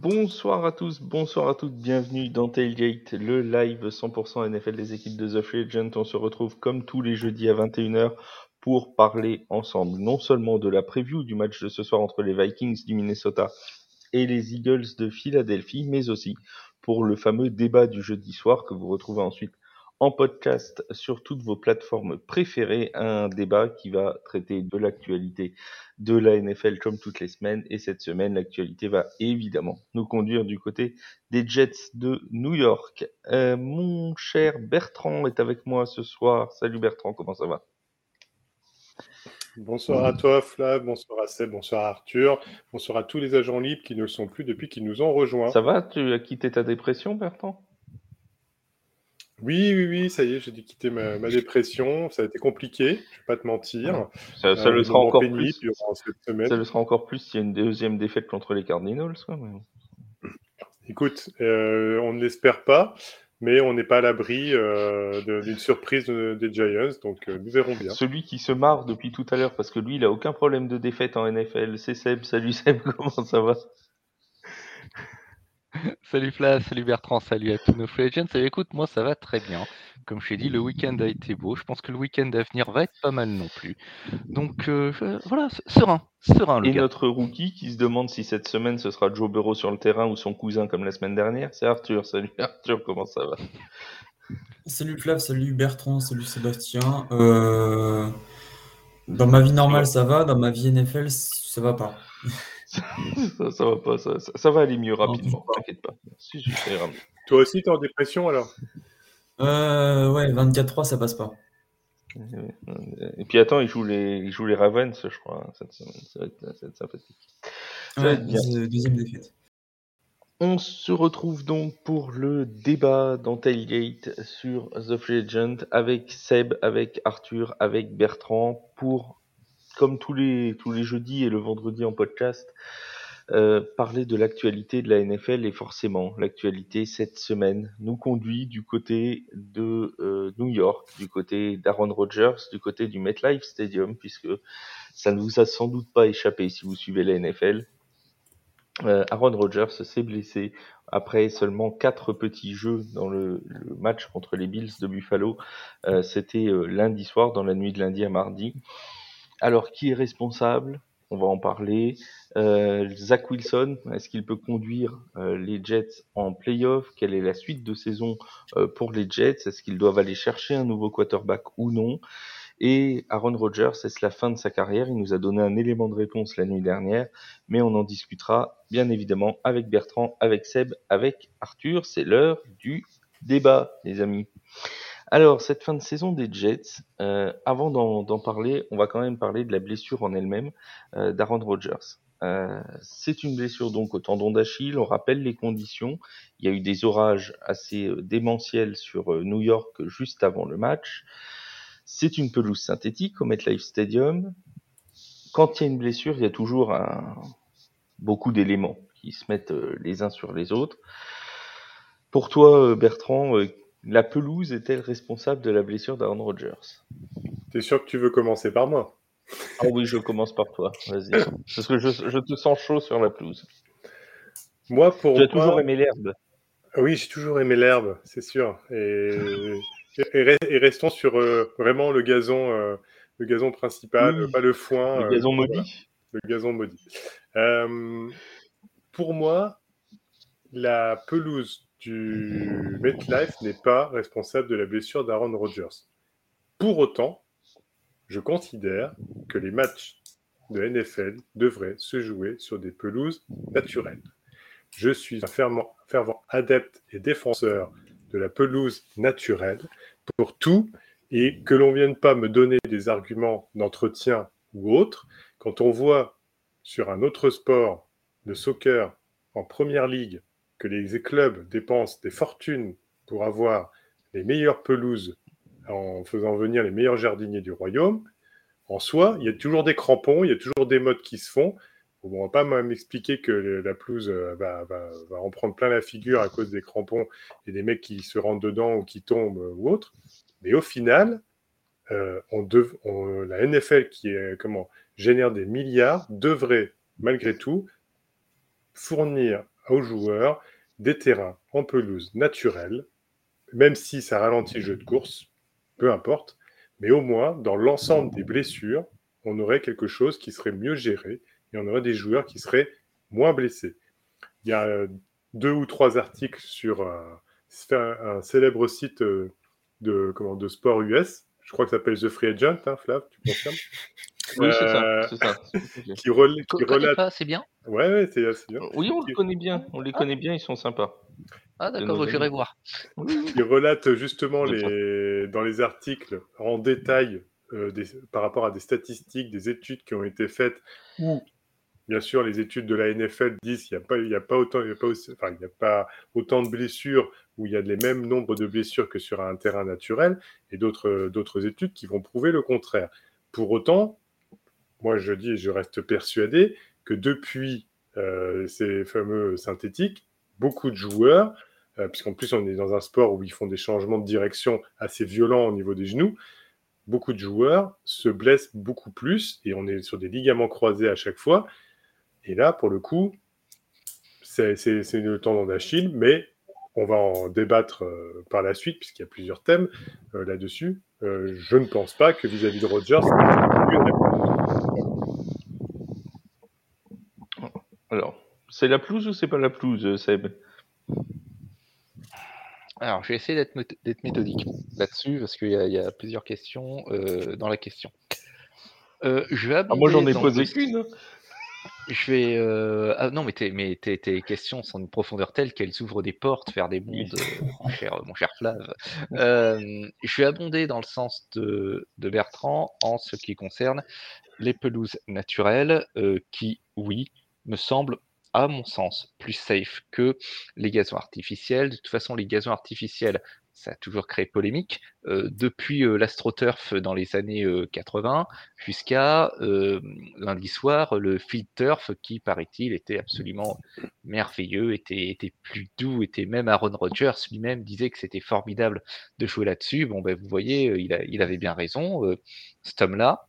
Bonsoir à tous, bonsoir à toutes, bienvenue dans Tailgate, le live 100% NFL des équipes de The Free Agent. On se retrouve comme tous les jeudis à 21h pour parler ensemble, non seulement de la preview du match de ce soir entre les Vikings du Minnesota et les Eagles de Philadelphie, mais aussi pour le fameux débat du jeudi soir que vous retrouvez ensuite en podcast sur toutes vos plateformes préférées, un débat qui va traiter de l'actualité de la NFL comme toutes les semaines, et cette semaine l'actualité va évidemment nous conduire du côté des Jets de New York. Mon cher Bertrand est avec moi ce soir. Salut Bertrand, comment ça va? Bonsoir à toi Flav, bonsoir à Seb, bonsoir à Arthur, bonsoir à tous les agents libres qui ne le sont plus depuis qu'ils nous ont rejoints. Ça va? Tu as quitté ta dépression, Bertrand? Oui, ça y est, j'ai dû quitter ma dépression, ça a été compliqué, je vais pas te mentir, Ça le des sera moments encore pénibles plus. durant cette Ça semaine. le sera encore plus s'il y a une deuxième défaite contre les Cardinals, quoi. Écoute, on ne l'espère pas, mais on n'est pas à l'abri d'une surprise des Giants, donc nous verrons bien. Celui qui se marre depuis tout à l'heure parce que lui, il a aucun problème de défaite en NFL, c'est Seb. Salut Seb, comment ça va? Salut Flav, salut Bertrand, salut à tous nos free agents. Et écoute, moi ça va très bien. Comme je t'ai dit, le week-end a été beau. Je pense que le week-end à venir va être pas mal non plus. Donc voilà, serein le Et gars. notre rookie qui se demande si cette semaine ce sera Joe Burrow sur le terrain ou son cousin comme la semaine dernière, c'est Arthur. Salut Arthur, comment ça va? Salut Flav, salut Bertrand, salut Sébastien. Dans ma vie normale, ça va. Dans ma vie NFL, ça va pas. Ça va pas, ça va aller mieux Non, rapidement, toujours pas. t'inquiète pas. Si, ça ira mieux. Toi aussi, t'es en dépression alors? Ouais, 24-3, ça passe pas. Et puis attends, il joue les Ravens, je crois, hein, cette semaine. Ça va être sympathique. Ça va Ouais, être bien. deuxième défaite. On se retrouve donc pour le débat dans Tailgate sur The Free Agent avec Seb, avec Arthur, avec Bertrand pour, comme tous les jeudis et le vendredi en podcast, parler de l'actualité de la NFL. Et forcément, l'actualité cette semaine nous conduit du côté de New York, du côté d'Aaron Rodgers, du côté du MetLife Stadium, puisque ça ne vous a sans doute pas échappé si vous suivez la NFL. Aaron Rodgers s'est blessé après seulement 4 petits jeux dans le match contre les Bills de Buffalo. C'était lundi soir, dans la nuit de lundi à mardi. Alors, qui est responsable? On va en parler. Zach Wilson, est-ce qu'il peut conduire les Jets en playoff? Quelle est la suite de saison pour les Jets? Est-ce qu'ils doivent aller chercher un nouveau quarterback ou non? Et Aaron Rodgers, est-ce la fin de sa carrière? Il nous a donné un élément de réponse la nuit dernière, mais on en discutera bien évidemment avec Bertrand, avec Seb, avec Arthur. C'est l'heure du débat, les amis. Alors, cette fin de saison des Jets, avant d'en parler, on va quand même parler de la blessure en elle-même d'Aaron Rodgers. C'est une blessure donc au tendon d'Achille. On rappelle les conditions. Il y a eu des orages assez démentiels sur New York juste avant le match. C'est une pelouse synthétique au MetLife Stadium. Quand il y a une blessure, il y a toujours beaucoup d'éléments qui se mettent les uns sur les autres. Pour toi, Bertrand, la pelouse est-elle responsable de la blessure d'Aaron Rodgers? T'es sûr que tu veux commencer par moi? Ah oui, je commence par toi, vas-y. Parce que je te sens chaud sur la pelouse. Moi, Tu pour as toujours moi, aimé l'herbe. oui, j'ai toujours aimé l'herbe, c'est sûr. Et restons sur vraiment le gazon principal, Oui, pas le foin, le gazon voilà, maudit. le gazon maudit. Pour moi, la pelouse du MetLife n'est pas responsable de la blessure d'Aaron Rodgers. Pour autant, je considère que les matchs de NFL devraient se jouer sur des pelouses naturelles. Je suis un fervent adepte et défenseur de la pelouse naturelle pour tout, et que l'on ne vienne pas me donner des arguments d'entretien ou autres. Quand on voit sur un autre sport, le soccer, en première ligue, que les clubs dépensent des fortunes pour avoir les meilleures pelouses en faisant venir les meilleurs jardiniers du royaume, en soi, il y a toujours des crampons, il y a toujours des modes qui se font. Bon, on ne va pas m'expliquer que la pelouse va en prendre plein la figure à cause des crampons et des mecs qui se rentrent dedans ou qui tombent ou autre. Mais au final, la NFL qui génère des milliards devrait malgré tout fournir aux joueurs des terrains en pelouse naturelle, même si ça ralentit le jeu de course, peu importe, mais au moins, dans l'ensemble des blessures, on aurait quelque chose qui serait mieux géré et on aurait des joueurs qui seraient moins blessés. Il y a 2 ou 3 articles sur un célèbre site de sport US, je crois que ça s'appelle The Free Agent, hein, Flav, tu confirmes? Oui, c'est ça. Qui relate... pas, c'est bien. Ouais, c'est bien. Oui, on les connaît bien. On les connaît bien, ils sont sympas. Ah d'accord, nos j'irai amis. voir. Qui relate justement Comme ça. dans les articles en détail par rapport à des statistiques, des études qui ont été faites, où bien sûr les études de la NFL disent qu'il n'y a pas autant de blessures, où il y a les mêmes nombres de blessures que sur un terrain naturel, et d'autres études qui vont prouver le contraire. Pour autant, moi je reste persuadé que depuis ces fameux synthétiques, beaucoup de joueurs, puisqu'en plus on est dans un sport où ils font des changements de direction assez violents au niveau des genoux, beaucoup de joueurs se blessent beaucoup plus, et on est sur des ligaments croisés à chaque fois, et là pour le coup, c'est le tendon d'Achille, mais on va en débattre par la suite, puisqu'il y a plusieurs thèmes là-dessus. Je ne pense pas que vis-à-vis de Rodgers, Alors, c'est la pelouse ou c'est pas la pelouse, Seb? Alors, je vais essayer d'être méthodique là-dessus, parce qu'il y a plusieurs questions dans la question. Je vais aborder moi, j'en ai dans posé le- qu'une. Je vais. Ah non, mais tes questions sont d'une profondeur telle qu'elles ouvrent des portes vers des mondes, mon cher Flav. Je vais abonder dans le sens de Bertrand en ce qui concerne les pelouses naturelles, qui, oui, me semblent, à mon sens, plus safe que les gazons artificiels. De toute façon, les gazons artificiels, ça a toujours créé polémique, depuis l'astroturf dans les années 80 jusqu'à lundi soir, le field turf qui, paraît-il, était absolument merveilleux, était plus doux, était même Aaron Rodgers lui-même disait que c'était formidable de jouer là-dessus. Bon, ben, vous voyez, il avait bien raison, cet homme-là.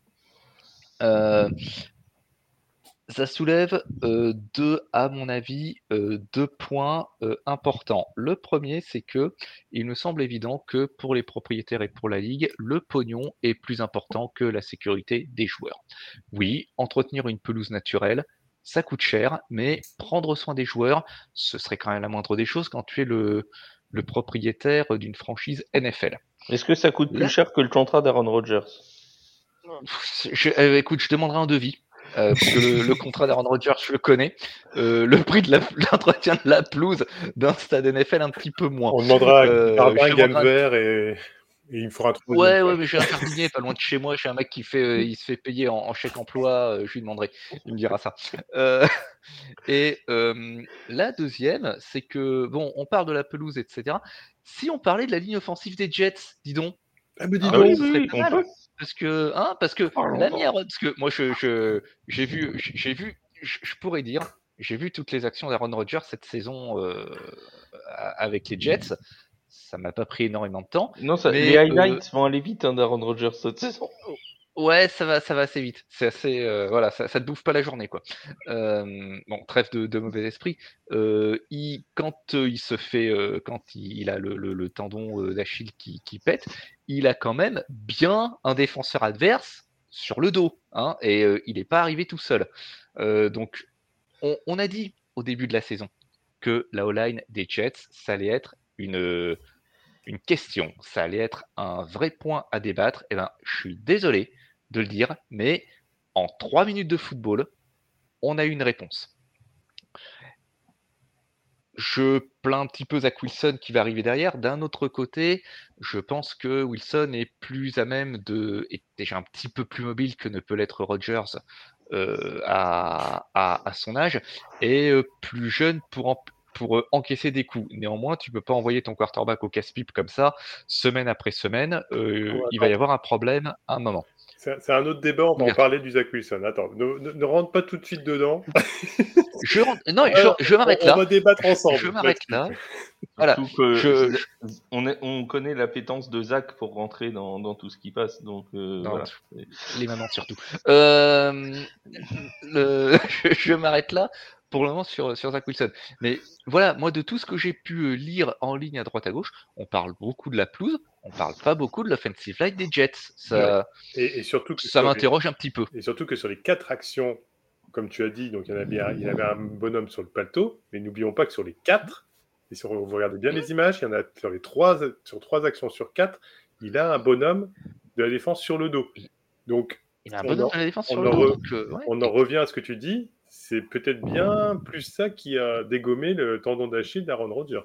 Ça soulève à mon avis, deux points importants. Le premier, c'est que il me semble évident que pour les propriétaires et pour la ligue, le pognon est plus important que la sécurité des joueurs. Oui, entretenir une pelouse naturelle, ça coûte cher, mais prendre soin des joueurs, ce serait quand même la moindre des choses quand tu es le propriétaire d'une franchise NFL. Est-ce que ça coûte plus cher que le contrat d'Aaron Rodgers? Écoute, je demanderai un devis. Parce que le contrat d'Aaron Rodgers, je le connais. Le prix de l'entretien de la pelouse d'un stade NFL, un petit peu moins. on demandera à je Gamme demanderai- Vert et il me fera un trou. Ouais, mais j'ai un jardinier pas loin de chez moi. J'ai un mec qui fait, il se fait payer en chèque emploi. Je lui demanderai. Il me dira ça. Et la deuxième, c'est que bon, on parle de la pelouse, etc. Si on parlait de la ligne offensive des Jets, dis donc. Ah, mais dis Ah donc. oui, ce serait pas on mal. peut. Parce que l'ami Aaron, parce que moi j'ai vu, je pourrais dire, j'ai vu toutes les actions d'Aaron Rodgers cette saison avec les Jets. Ça m'a pas pris énormément de temps. Non, mais, les highlights vont aller vite d'Aaron Rodgers cette saison. Ouais, ça va assez vite. C'est assez, voilà, ça te bouffe pas la journée, quoi. Bon, trêve de mauvais esprit. Quand il se fait, quand il a le tendon d'Achille qui pète, il a quand même bien un défenseur adverse sur le dos, hein, et il n'est pas arrivé tout seul. Donc, on a dit au début de la saison que la O-line des Jets, ça allait être une question, ça allait être un vrai point à débattre. Et ben, je suis désolé de le dire, mais en 3 minutes de football, on a eu une réponse. Je plains un petit peu Zach Wilson qui va arriver derrière. D'un autre côté, je pense que Wilson est plus à même est déjà un petit peu plus mobile que ne peut l'être Rodgers à son âge, et plus jeune pour encaisser des coups. Néanmoins, tu peux pas envoyer ton quarterback au casse-pipe comme ça, semaine après semaine. Il va y avoir un problème à un moment. C'est un autre débat, on va en parler du Zach Wilson. Attends, ne rentre pas tout de suite dedans. Je m'arrête là. On va débattre ensemble. Je m'arrête là. Voilà. On connaît l'appétence de Zach pour rentrer dans tout ce qui passe, donc voilà. Les mamans surtout. Je m'arrête là pour le moment sur Zach Wilson. Mais voilà, moi de tout ce que j'ai pu lire en ligne à droite à gauche, on parle beaucoup de la pelouse, on parle pas beaucoup de l'offensive line des Jets. Ça, Et surtout que ça m'interroge un petit peu. Et surtout que sur les 4 actions, comme tu as dit, donc il y avait un bonhomme sur le plateau, mais n'oublions pas que sur les 4, et si vous regardez bien les images, il y en a sur 3 actions sur 4, il a un bonhomme de la défense sur le dos. Donc, Il a un bonhomme de la défense sur le dos. Donc, on en revient à ce que tu dis, c'est peut-être bien plus ça qui a dégommé le tendon d'Achille d'Aaron Rodgers.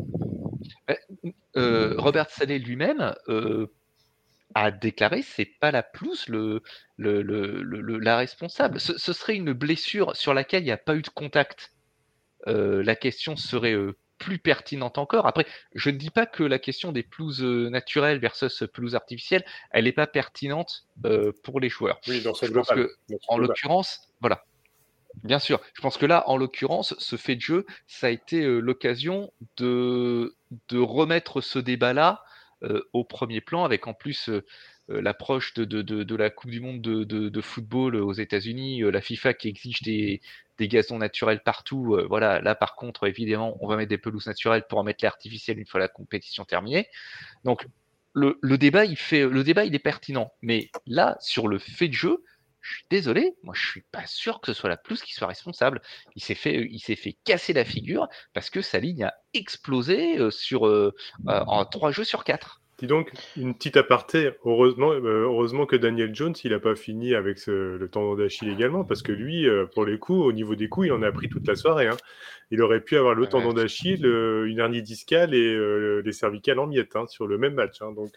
Robert Saleh lui-même a déclaré c'est pas la pelouse la responsable. Ce serait une blessure sur laquelle il n'y a pas eu de contact. La question serait plus pertinente encore. Après, je ne dis pas que la question des pelouses naturelles versus pelouses artificielles, elle n'est pas pertinente pour les joueurs. Oui, dans son je pense global. que, en l'occurrence, voilà. Bien sûr, je pense que là, en l'occurrence, ce fait de jeu, ça a été l'occasion de remettre ce débat-là au premier plan, avec en plus l'approche de la Coupe du Monde de football aux États-Unis, la FIFA qui exige des gazons naturels partout. Voilà, là par contre, évidemment, on va mettre des pelouses naturelles pour en mettre les artificielles une fois la compétition terminée. Donc, le débat, il est pertinent. Mais là, sur le fait de jeu, je suis désolé, moi je suis pas sûr que ce soit la pelouse qui soit responsable. Il s'est fait casser la figure parce que sa ligne a explosé en 3 jeux sur 4. Dis donc, une petite aparté, heureusement que Daniel Jones, il n'a pas fini avec le tendon d'Achille également, parce que lui, pour les coups, au niveau des coups, il en a pris toute la soirée. Hein. Il aurait pu avoir le tendon d'Achille, une hernie discale et les cervicales en miettes sur le même match. Donc,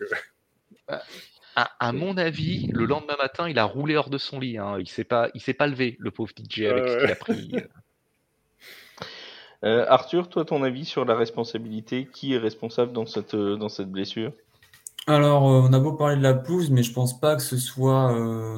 à mon avis, le lendemain matin, il a roulé hors de son lit. Il s'est pas levé, le pauvre DJ, avec ce qu'il a pris. Arthur, toi, ton avis sur la responsabilité, qui est responsable dans cette blessure? Alors, on a beau parler de la pelouse, mais je pense pas que ce soit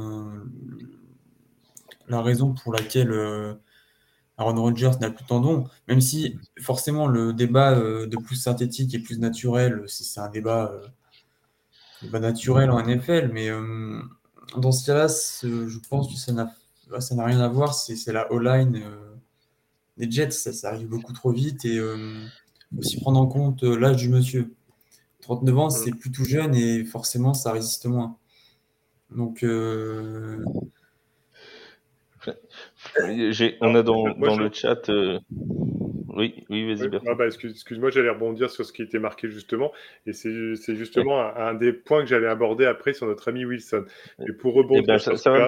la raison pour laquelle Aaron Rodgers n'a plus de tendon, même si forcément le débat de plus synthétique et plus naturel, c'est un débat naturel en NFL, mais dans ce cas-là, je pense que ça n'a rien à voir, c'est la O-line des Jets, ça arrive beaucoup trop vite et faut aussi prendre en compte l'âge du monsieur. 39 ans, c'est plus tout jeune et forcément, ça résiste moins. Donc, on a dans le chat. Oui, vas-y, Bertrand. Excuse-moi, j'allais rebondir sur ce qui était marqué justement, et c'est justement un des points que j'allais aborder après sur notre ami Wilson. Et pour rebondir sur ce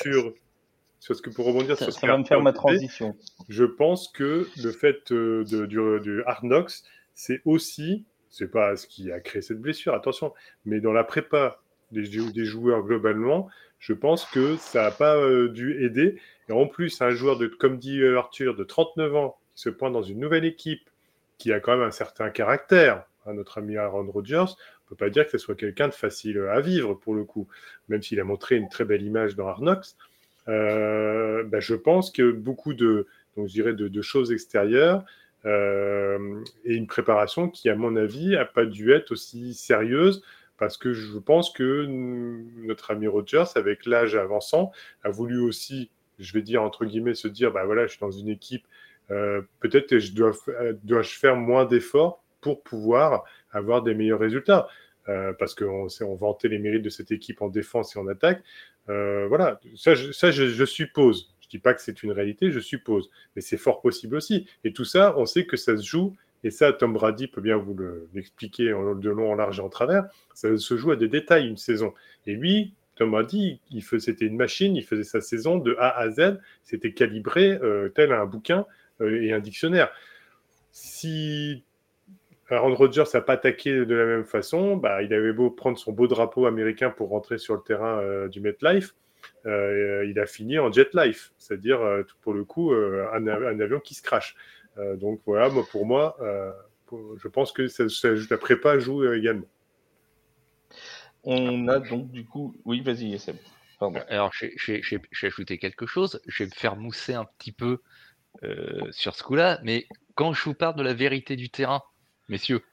que va me faire ma transition. Je pense que le fait du Hard Knocks, c'est pas ce qui a créé cette blessure, attention, mais dans la prépa des joueurs globalement, je pense que ça n'a pas dû aider. Et en plus, un joueur comme dit Arthur, de 39 ans, qui se pointe dans une nouvelle équipe, qui a quand même un certain caractère, notre ami Aaron Rodgers, on ne peut pas dire que ce soit quelqu'un de facile à vivre, pour le coup, même s'il a montré une très belle image dans Hard Knocks. Je pense que beaucoup de choses extérieures et une préparation qui, à mon avis, n'a pas dû être aussi sérieuse, parce que je pense que notre ami Rodgers, avec l'âge avançant, a voulu aussi, je vais dire entre guillemets, se dire, je suis dans une équipe, peut-être dois-je faire moins d'efforts pour pouvoir avoir des meilleurs résultats, parce qu'on vantait les mérites de cette équipe en défense et en attaque. Je suppose. Je dis pas que c'est une réalité, je suppose, mais c'est fort possible aussi. Et tout ça, on sait que ça se joue. Et ça, Tom Brady peut bien vous l'expliquer de long, en large et en travers. Ça se joue à des détails, une saison. Et lui, Tom Brady, c'était une machine, il faisait sa saison de A à Z. C'était calibré tel un bouquin et un dictionnaire. Si Aaron Rodgers n'a pas attaqué de la même façon, il avait beau prendre son beau drapeau américain pour rentrer sur le terrain du MetLife, il a fini en jet life, c'est-à-dire, pour le coup, un avion qui se crache. Donc voilà, pour moi, je pense que la prépa joue également. On a donc du coup... Oui, vas-y, Seb. Pardon. Alors, j'ai ajouté quelque chose. Je vais me faire mousser un petit peu sur ce coup-là, mais quand je vous parle de la vérité du terrain, messieurs,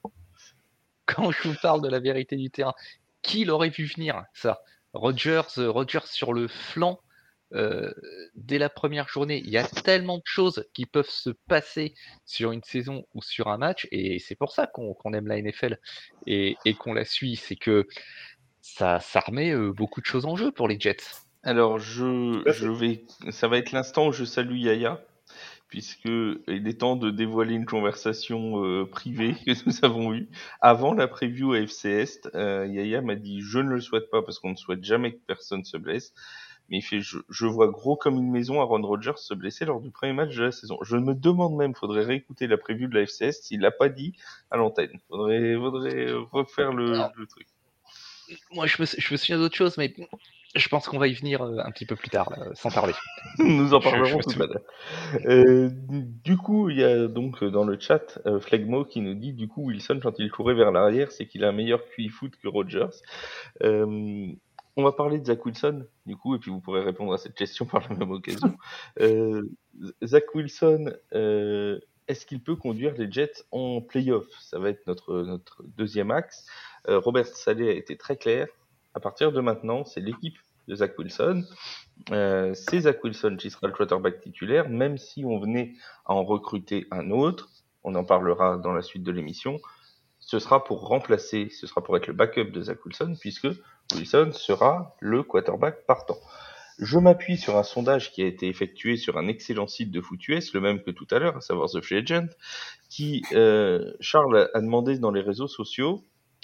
qui l'aurait vu venir, ça? Rodgers sur le flanc, dès la première journée. Il y a tellement de choses qui peuvent se passer sur une saison ou sur un match, et c'est pour ça qu'on aime la NFL et qu'on la suit. C'est que ça remet beaucoup de choses en jeu pour les Jets. Alors, Tout à fait. ça va être l'instant où je salue Yaya, puisque il est temps de dévoiler une conversation privée que nous avons eue avant la preview AFC Est. Yaya m'a dit, je ne le souhaite pas parce qu'on ne souhaite jamais que personne se blesse. Mais il fait, je vois gros comme une maison Aaron Rodgers se blesser lors du premier match de la saison. Je me demande même, faudrait réécouter la preview de la FCS s'il l'a pas dit à l'antenne. Faudrait refaire le truc. Moi, je me souviens d'autre chose, mais je pense qu'on va y venir un petit peu plus tard, là, sans tarder. Nous en Je parlerons me tout souviens. à l'heure. Du coup, il y a donc dans le chat Flegmo qui nous dit, du coup, Wilson, quand il courait vers l'arrière, c'est qu'il a un meilleur QI foot que Rodgers. On va parler de Zach Wilson, du coup, et puis vous pourrez répondre à cette question par la même occasion. Zach Wilson, est-ce qu'il peut conduire les Jets en playoff? Ça va être notre deuxième axe. Robert Saleh a été très clair. À partir de maintenant, c'est l'équipe de Zach Wilson. C'est Zach Wilson qui sera le quarterback titulaire, même si on venait à en recruter un autre. On en parlera dans la suite de l'émission. Ce sera pour être le backup de Zach Wilson, puisque Wilson sera le quarterback partant. Je m'appuie sur un sondage qui a été effectué sur un excellent site de FootUS, le même que tout à l'heure, à savoir The Free Agent, qui, Charles a demandé dans les réseaux sociaux,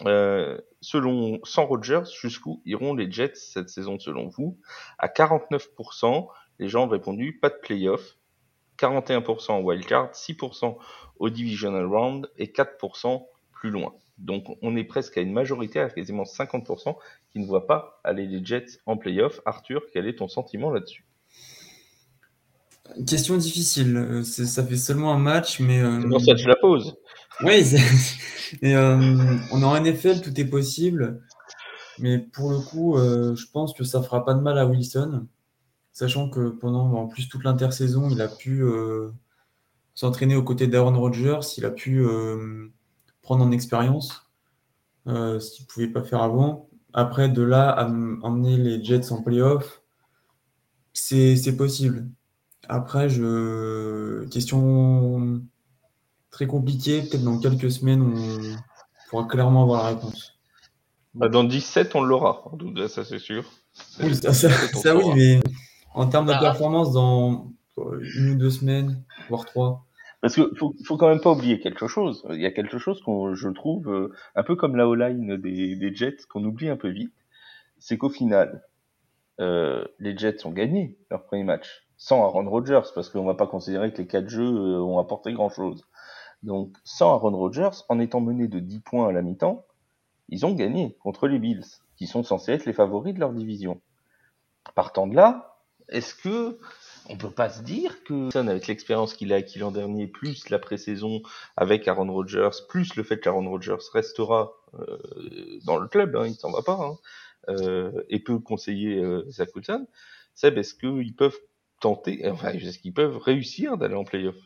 sans Rodgers, jusqu'où iront les Jets cette saison selon vous? À 49%, les gens ont répondu pas de playoff, 41% en wildcard, 6% au divisional round et 4% plus loin. Donc on est presque à une majorité, à quasiment 50%, qui ne voit pas aller les Jets en playoff. Arthur, quel est ton sentiment là-dessus? Question difficile. Ça fait seulement un match, mais C'est pour ça que je la pose. oui, mais, on est en NFL, tout est possible. Mais pour le coup, je pense que ça fera pas de mal à Wilson, sachant que pendant en plus toute l'intersaison, il a pu s'entraîner aux côtés d'Aaron Rodgers, il a pu prendre en expérience, ce qu'il ne pouvait pas faire avant. Après, de là à emmener les Jets en playoff, c'est possible. Après, question très compliquée, peut-être dans quelques semaines, on pourra clairement avoir la réponse. Dans 17, on l'aura, en tout cas, ça c'est sûr. Oui, Dans 17, on ça oui, saura. mais en termes de Bah, performance, dans 1 ou 2 semaines, voire 3. Parce que faut quand même pas oublier quelque chose. Il y a quelque chose je trouve, un peu comme la O-line des Jets, qu'on oublie un peu vite. C'est qu'au final, les Jets ont gagné leur premier match sans Aaron Rodgers, parce qu'on va pas considérer que les 4 jeux ont apporté grand chose. Donc, sans Aaron Rodgers, en étant menés de 10 points à la mi-temps, ils ont gagné contre les Bills, qui sont censés être les favoris de leur division. Partant de là, est-ce que on peut pas se dire que Wilson, avec l'expérience qu'il a acquis l'an dernier, plus la pré-saison avec Aaron Rodgers, plus le fait qu'Aaron Rodgers restera dans le club, il s'en va pas, et peut conseiller Zach Wilson, Seb, est-ce qu'ils peuvent est-ce qu'ils peuvent réussir d'aller en playoff?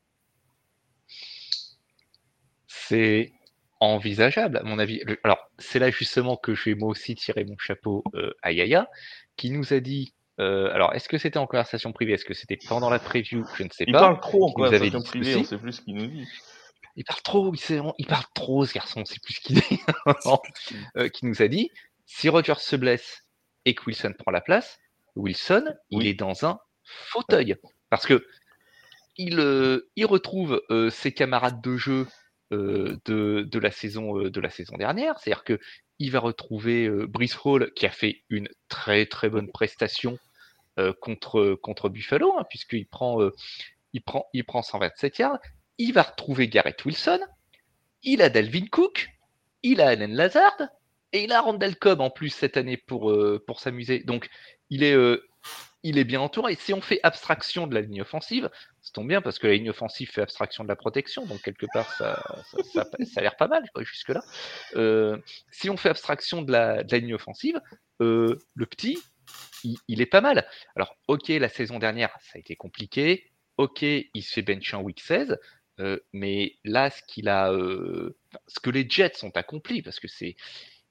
c'est envisageable, à mon avis. Alors, c'est là justement que je vais moi aussi tirer mon chapeau à Yaya, qui nous a dit. Alors, est-ce que c'était en conversation privée? Est-ce que c'était pendant la preview? Je ne sais Il pas. parle trop en Qui nous avait conversation dit privée, on ceci. sait plus ce qu'il nous dit. Il parle trop, il parle trop, ce garçon, c'est plus ce qu'il dit. Qui nous a dit, si Rodgers se blesse et que Wilson prend la place, Wilson, il Oui. est dans un fauteuil. Parce que il retrouve ses camarades de jeu de la saison dernière. C'est-à-dire que il va retrouver Breece Hall, qui a fait une très très bonne prestation contre Buffalo, puisqu'il prend 127 yards. Il va retrouver Garrett Wilson. Il a Dalvin Cook, il a Allen Lazard, et il a Randall Cobb en plus cette année pour s'amuser. Donc, il est bien entouré. Et si on fait abstraction de la ligne offensive, ça tombe bien parce que la ligne offensive fait abstraction de la protection, donc quelque part, ça a l'air pas mal jusque-là. Si on fait abstraction de la ligne offensive, le petit, il est pas mal. Alors, ok, la saison dernière, ça a été compliqué. Ok, il se fait bench en week 16. Mais là, ce que les Jets ont accompli, parce que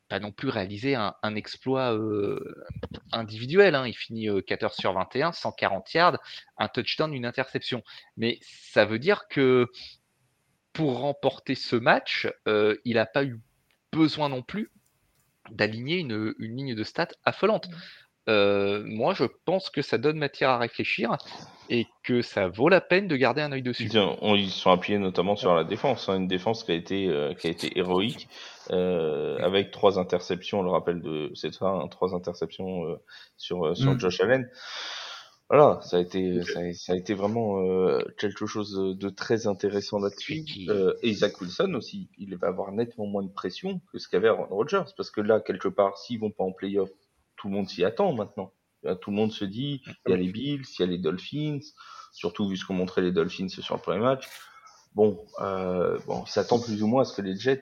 pas non plus réalisé un exploit individuel. Il finit 14 sur 21, 140 yards, un touchdown, une interception. Mais ça veut dire que pour remporter ce match, il n'a pas eu besoin non plus d'aligner une ligne de stats affolante. Moi, je pense que ça donne matière à réfléchir et que ça vaut la peine de garder un œil dessus. Ils sont appuyés notamment sur la défense, une défense qui a été héroïque, avec 3 interceptions, on le rappelle c'est ça, 3 interceptions sur Josh Allen. Voilà, ça a été vraiment quelque chose de très intéressant là-dessus. Et Zach Wilson aussi, il va avoir nettement moins de pression que ce qu'avait Aaron Rodgers, parce que là, quelque part, s'ils vont pas en playoff, tout le monde s'y attend maintenant. Tout le monde se dit, il y a les Bills, il y a les Dolphins, surtout vu ce qu'ont montré les Dolphins sur le premier match. Bon, il s'attend plus ou moins à ce que les Jets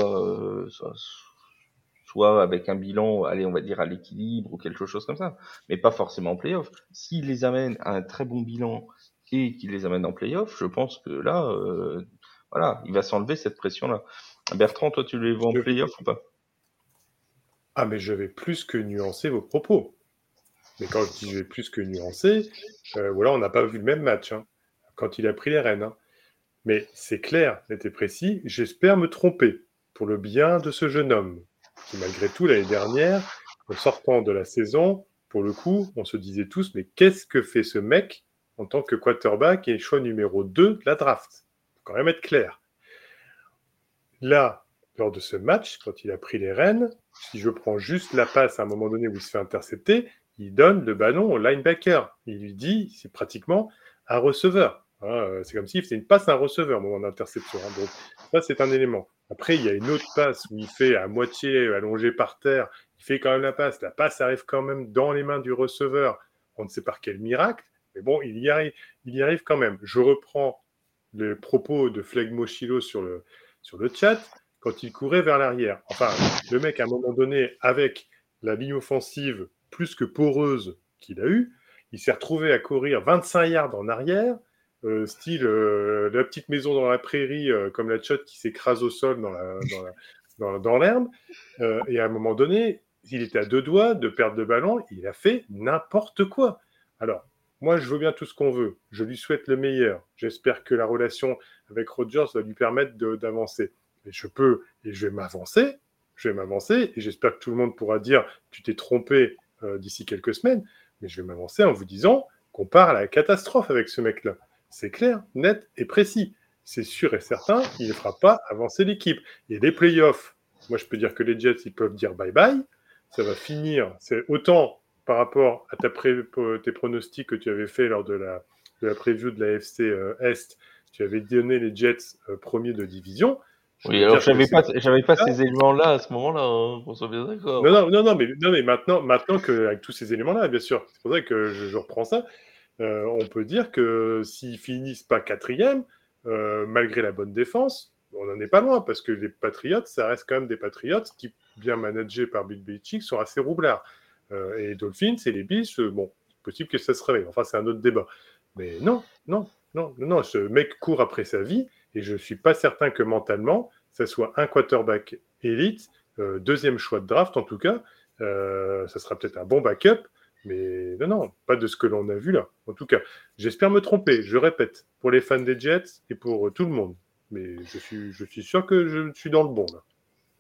soient avec un bilan, allez, on va dire à l'équilibre ou quelque chose comme ça, mais pas forcément en playoff. S'ils les amènent à un très bon bilan et qu'ils les amènent en playoff, je pense que là, voilà, il va s'enlever cette pression-là. Bertrand, toi, tu les vois en playoff ou pas? Ah, mais je vais plus que nuancer vos propos. Mais quand je dis je vais plus que nuancer, voilà, on n'a pas vu le même match quand il a pris les rênes. Mais c'est clair, c'était précis. J'espère me tromper pour le bien de ce jeune homme qui, malgré tout, l'année dernière, en sortant de la saison, pour le coup, on se disait tous, mais qu'est-ce que fait ce mec en tant que quarterback et choix numéro 2 de la draft? Il faut quand même être clair. Là, lors de ce match, quand il a pris les rênes, si je prends juste la passe à un moment donné où il se fait intercepter, il donne le ballon au linebacker. Il lui dit, c'est pratiquement un receveur. C'est comme s'il faisait une passe à un receveur au moment d'interception. Donc ça, c'est un élément. Après, il y a une autre passe où il fait à moitié allongé par terre. Il fait quand même la passe. La passe arrive quand même dans les mains du receveur. On ne sait par quel miracle. Mais bon, il y arrive quand même. Je reprends les propos de Flegmo Chilo sur le chat, quand il courait vers l'arrière. Enfin, le mec, à un moment donné, avec la ligne offensive plus que poreuse qu'il a eue, il s'est retrouvé à courir 25 yards en arrière, style la petite maison dans la prairie, comme la tchotte qui s'écrase au sol dans l'herbe. Et à un moment donné, il était à 2 doigts de perdre le ballon, il a fait n'importe quoi. Alors, moi, je veux bien tout ce qu'on veut. Je lui souhaite le meilleur. J'espère que la relation avec Rodgers va lui permettre d'avancer. Mais je vais m'avancer. Et j'espère que tout le monde pourra dire tu t'es trompé d'ici quelques semaines. Mais je vais m'avancer en vous disant qu'on part à la catastrophe avec ce mec-là. C'est clair, net et précis. C'est sûr et certain, il ne fera pas avancer l'équipe. Et les playoffs, moi je peux dire que les Jets, ils peuvent dire bye-bye. Ça va finir. C'est autant par rapport à tes pronostics que tu avais fait lors de la preview de la FC Est, tu avais donné les Jets premiers de division. Oui, alors j'avais pas ces éléments-là à ce moment-là, on soit bien d'accord. Non, mais maintenant qu'avec tous ces éléments-là, bien sûr, c'est pour ça que je reprends ça. On peut dire que s'ils finissent pas 4e, malgré la bonne défense, on n'en est pas loin, parce que les Patriots, ça reste quand même des Patriots qui, bien managés par Bill Belichick, sont assez roublards. Et les Dolphins et les Bills, bon, c'est possible que ça se réveille. Enfin, c'est un autre débat. Mais non, ce mec court après sa vie, et je suis pas certain que mentalement, ça soit un quarterback élite, 2e choix de draft en tout cas, ça sera peut-être un bon backup, mais non, pas de ce que l'on a vu là. En tout cas, j'espère me tromper, je répète, pour les fans des Jets et pour tout le monde. Mais je suis sûr que je suis dans le bon là.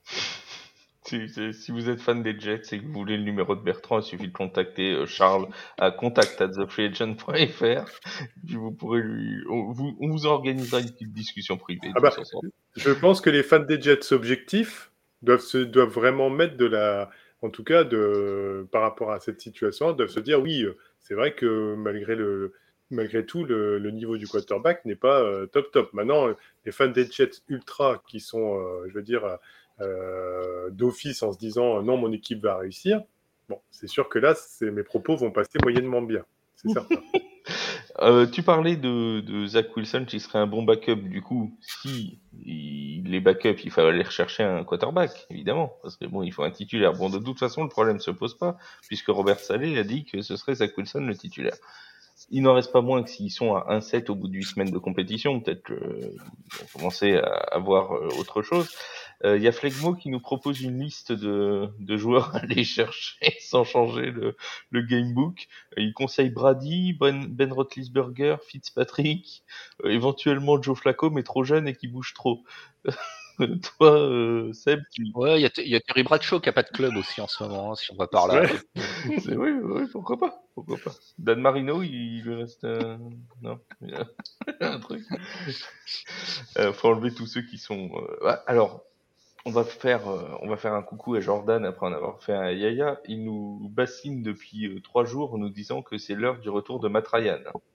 Si vous êtes fan des Jets et que vous voulez le numéro de Bertrand, il suffit de contacter Charles à contact@thefreeagent.fr. Puis vous pourrez on vous organisera une petite discussion privée. Je pense que les fans des Jets objectifs doivent vraiment mettre en tout cas par rapport à cette situation, doivent se dire oui, c'est vrai que malgré tout, le niveau du quarterback n'est pas top. Maintenant, les fans des Jets ultra qui sont, je veux dire, d'office en se disant non, mon équipe va réussir. Bon, c'est sûr que là, mes propos vont passer moyennement bien, c'est certain. Tu parlais de Zach Wilson qui serait un bon backup. Du coup, si il est backup, il faut aller rechercher un quarterback, évidemment, parce que bon, il faut un titulaire. Bon, de toute façon, le problème se pose pas, puisque Robert Saleh a dit que ce serait Zach Wilson le titulaire. Il n'en reste pas moins que s'ils sont à 1-7 au bout de 8 semaines de compétition, peut-être qu'ils vont commencer à voir autre chose. Il y a Flegmo qui nous propose une liste de joueurs à aller chercher sans changer le gamebook. Il conseille Brady, Ben Roethlisberger, Fitzpatrick, éventuellement Joe Flacco, mais trop jeune et qui bouge trop. Toi, Seb, Ouais, il y a Terry Bradshaw qui a pas de club aussi en ce moment, si on va par là. Ouais. oui, pourquoi pas. Dan Marino, il lui reste non, il y a un truc. Faut enlever tous ceux qui sont. Ouais, alors, on va faire un coucou à Jordan après en avoir fait un à Yaya. Il nous bassine depuis 3 jours en nous disant que c'est l'heure du retour de Matt Ryan.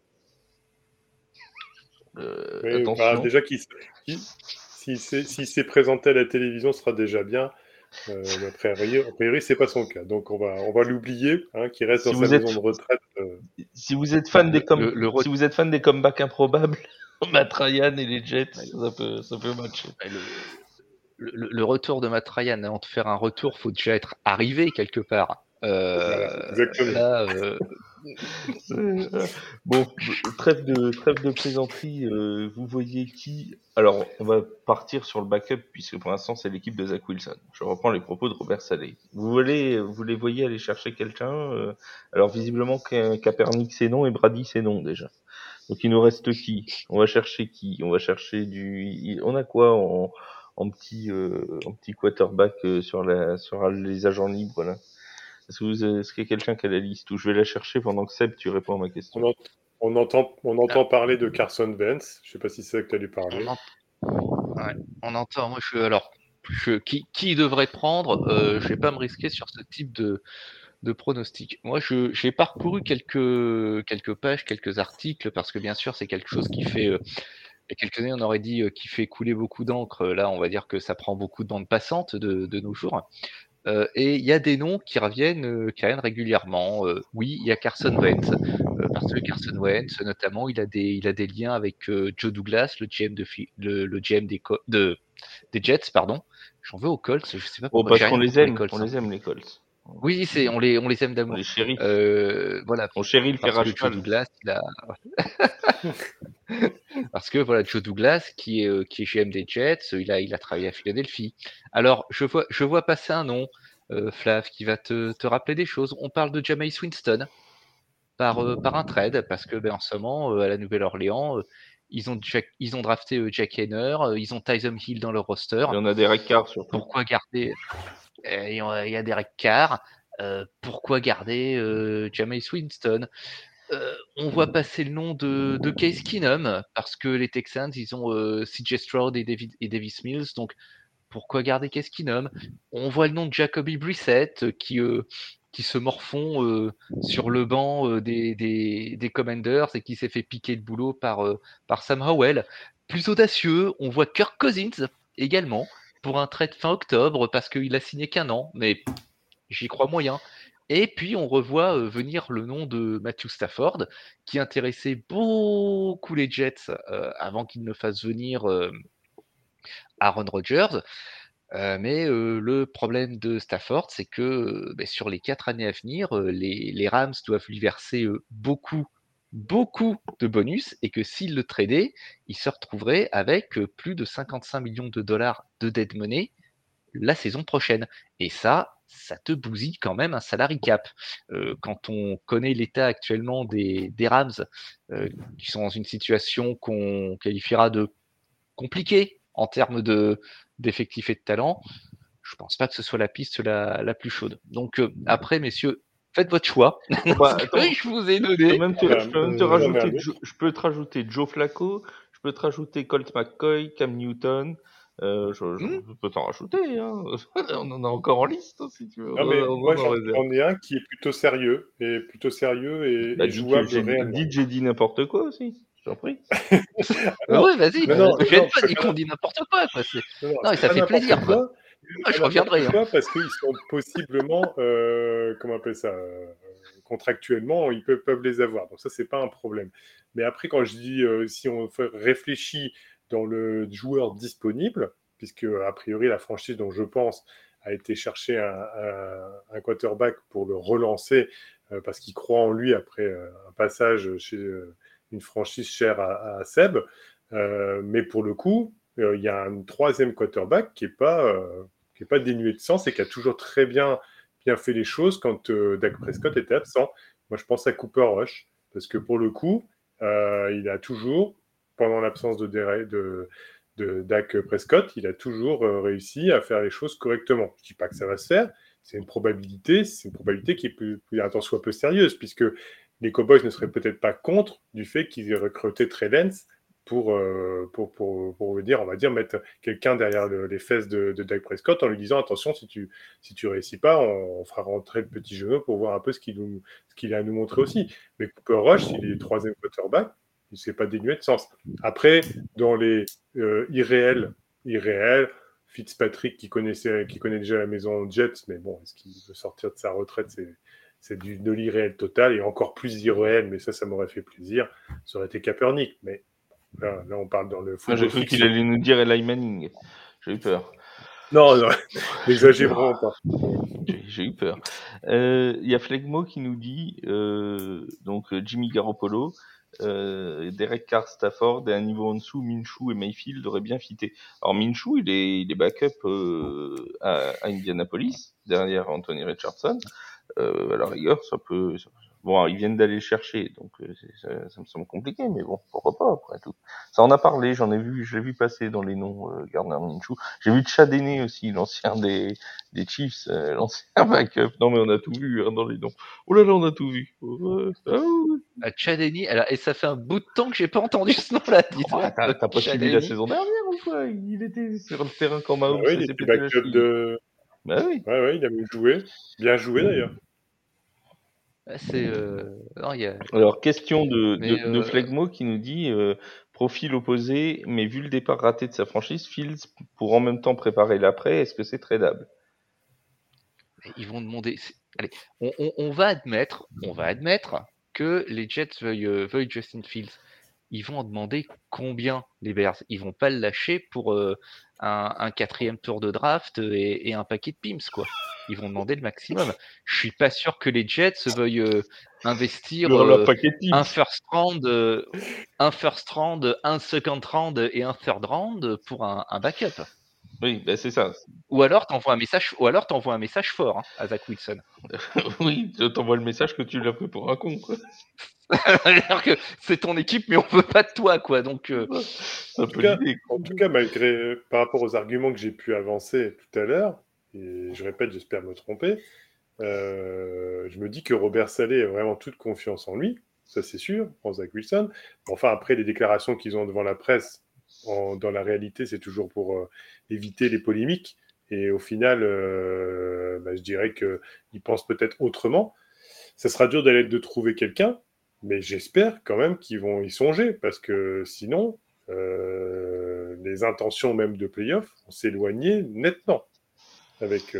Mais Attention. déjà, s'il s'est présenté à la télévision, ce sera déjà bien. Mais a priori, c'est pas son cas. Donc, on va l'oublier, qu'il reste Si dans vous sa êtes- maison de retraite. Si vous êtes fan des le si vous êtes fan des comebacks improbables, Matt Ryan et les Jets, ça peut matcher. Le retour de Matt Ryan, avant de faire un retour, faut déjà être arrivé quelque part. Voilà, exactement. Là, Bon, trêve de plaisanterie. Vous voyez qui? Alors, on va partir sur le backup puisque pour l'instant c'est l'équipe de Zach Wilson. Je reprends les propos de Robert Saleh. Vous les voyez aller chercher quelqu'un? Alors visiblement Kaepernick c'est non et Brady c'est non déjà. Donc il nous reste qui? On va chercher qui? On va chercher on a quoi en petit quarterback sur les agents libres là? Est-ce qu'il y a quelqu'un qui a la liste ou je vais la chercher pendant que Seb tu réponds à ma question? On entend parler de Carson Wentz. Je sais pas si c'est ça que tu as dû parler. on entend. Moi, qui devrait prendre? Je vais pas me risquer sur ce type de pronostic. Moi, j'ai parcouru quelques pages, quelques articles, parce que bien sûr, c'est quelque chose qui fait. Il y a quelques années, on aurait dit qui fait couler beaucoup d'encre. Là, on va dire que ça prend beaucoup de bande passante de nos jours. Et il y a des noms qui reviennent régulièrement. Oui, il y a Carson Wentz, parce que Carson Wentz, notamment, il a des liens avec Joe Douglas, le GM le GM des Jets, pardon. J'en veux aux Colts, je sais pas Oh, pourquoi. parce J'ai qu'on rien les contre les aime, Colts. on Hein. les aime les Colts. Oui, on les aime On d'amour. les chérit. Voilà, On chérit le fer parce à que Joe cheval. Douglas, parce que voilà, Joe Douglas, qui est GM des Jets, il a travaillé à Philadelphie. Alors, je vois passer un nom, Flav, qui va te rappeler des choses. On parle de Jameis Winston par un trade, parce que en ce moment, à la Nouvelle-Orléans, ils ont drafté Jack Haener, ils ont Tyson Hill dans leur roster. Il y en a des recards surtout. Pourquoi garder il y a Derek Carr. Pourquoi garder Jameis Winston? On voit passer le nom de Case Keenum parce que les Texans, ils ont CJ Stroud et Davis Mills. Donc, pourquoi garder Case Keenum? On voit le nom de Jacoby Brissett qui se morfond sur le banc des Commanders et qui s'est fait piquer le boulot par Sam Howell. Plus audacieux, on voit Kirk Cousins également pour un trade fin octobre parce qu'il a signé qu'un an, mais j'y crois moyen. Et puis on revoit venir le nom de Matthew Stafford, qui intéressait beaucoup les Jets avant qu'il ne fasse venir Aaron Rodgers. Mais le problème de Stafford, c'est que sur les 4 années à venir, les Rams doivent lui verser beaucoup de bonus et que s'il le tradait, il se retrouverait avec plus de 55 millions de dollars de dead money la saison prochaine. Et ça te bousille quand même un salary cap. Quand on connaît l'état actuellement des Rams, qui sont dans une situation qu'on qualifiera de compliquée en termes d'effectifs et de talent, je pense pas que ce soit la piste la plus chaude. Donc après, messieurs, faites votre choix. Attends, je vous ai je donné. peux même je peux te rajouter Joe Flacco, je peux te rajouter Colt McCoy, Cam Newton. Je peux t'en rajouter. Hein. On en a encore en liste si tu veux. Non, mais On moi, en réserve. j'en ai un qui est plutôt sérieux et jouable réellement. Dis que j'ai dit n'importe quoi aussi. Je t'en prie. Oui, vas-y. Non, J'aime pas dire qu'on dit n'importe quoi. Quoi. Non, et ça fait plaisir. Quoi. Pas Je reviendrai. n'importe quoi, parce qu'ils sont possiblement, comment on appelle ça, contractuellement, ils peuvent les avoir. Donc ça, c'est pas un problème. Mais après, quand je dis, si on réfléchit dans le joueur disponible, puisque a priori la franchise dont je pense a été chercher un quarterback pour le relancer parce qu'il croit en lui après un passage chez une franchise chère à Seb. Mais pour le coup, il y a un troisième quarterback qui est pas dénué de sens et qui a toujours très bien fait les choses quand Dak Prescott était absent. Moi, je pense à Cooper Rush, parce que pour le coup, il a toujours, pendant l'absence de Dak Prescott, il a toujours réussi à faire les choses correctement. Je ne dis pas que ça va se faire, c'est une probabilité qui est plus un tant soit peu sérieuse, puisque les Cowboys ne seraient peut-être pas contre du fait qu'ils aient recruté Trey Lance pour dire, on va dire, mettre quelqu'un derrière les fesses de Dak Prescott en lui disant attention, si tu réussis pas, on fera rentrer le petit genou pour voir un peu ce qu'il a à nous montrer aussi. Mais Cooper Rush, s'il est troisième quarterback, il ne s'est pas dénué de sens. Après, dans les irréels, Fitzpatrick qui connaît déjà la maison Jets, mais bon, est-ce qu'il veut sortir de sa retraite, c'est de l'irréel total, et encore plus irréel, mais ça m'aurait fait plaisir, ça aurait été Kaepernick, mais là on parle dans le football. J'ai cru qu'il allait nous dire Eli Manning. J'ai eu peur. Non, n'exagère vraiment pas. J'ai eu peur. Il y a Flegmo qui nous dit donc Jimmy Garoppolo, Derek Carr, Stafford, et un niveau en dessous, Minshew et Mayfield auraient bien fité. Alors Minshew, il est backup à Indianapolis, derrière Anthony Richardson. À la rigueur, ça peut... Bon, ils viennent d'aller le chercher, donc ça me semble compliqué, mais bon, pourquoi pas, après tout. Ça en a parlé, je l'ai vu passer dans les noms, Gardner Minshew. J'ai vu Chad Henne aussi, l'ancien des Chiefs, l'ancien backup. Non, mais on a tout vu hein, dans les noms. Oh là là, on a tout vu. Chad Henne, et ça fait un bout de temps que j'ai pas entendu ce nom-là. T'as pas suivi la saison dernière ou quoi? Il était sur le terrain quand Mahomes il était backup de... Bah oui. Ouais, il a même joué. Bien joué d'ailleurs. Alors, question de Flegmo qui nous dit profil opposé, mais vu le départ raté de sa franchise, Fields pour en même temps préparer l'après, est-ce que c'est tradable? Ils vont demander. Allez, on va admettre que les Jets veuillent Justin Fields. Ils vont en demander combien, les Bears? Ils vont pas le lâcher pour un 4e tour de draft et un paquet de pims, quoi. Ils vont demander le maximum. Je suis pas sûr que les Jets veuillent investir un first round, un second round et un third round pour un backup. Oui, ben c'est ça. Ou alors t'envoies un message fort hein, à Zach Wilson. Oui, je t'envoie le message que tu l'as pris pour un con, quoi. C'est-à-dire que c'est ton équipe, mais on veut pas de toi, quoi. Donc, en tout cas, malgré par rapport aux arguments que j'ai pu avancer tout à l'heure, et je répète, j'espère me tromper, je me dis que Robert Saleh a vraiment toute confiance en lui, ça c'est sûr, en Zach Wilson. Enfin, après, les déclarations qu'ils ont devant la presse, dans la réalité, c'est toujours pour éviter les polémiques. Et au final, je dirais qu'ils pensent peut-être autrement. Ça sera dur de trouver quelqu'un, mais j'espère quand même qu'ils vont y songer, parce que sinon, les intentions même de play-off vont s'éloigner nettement avec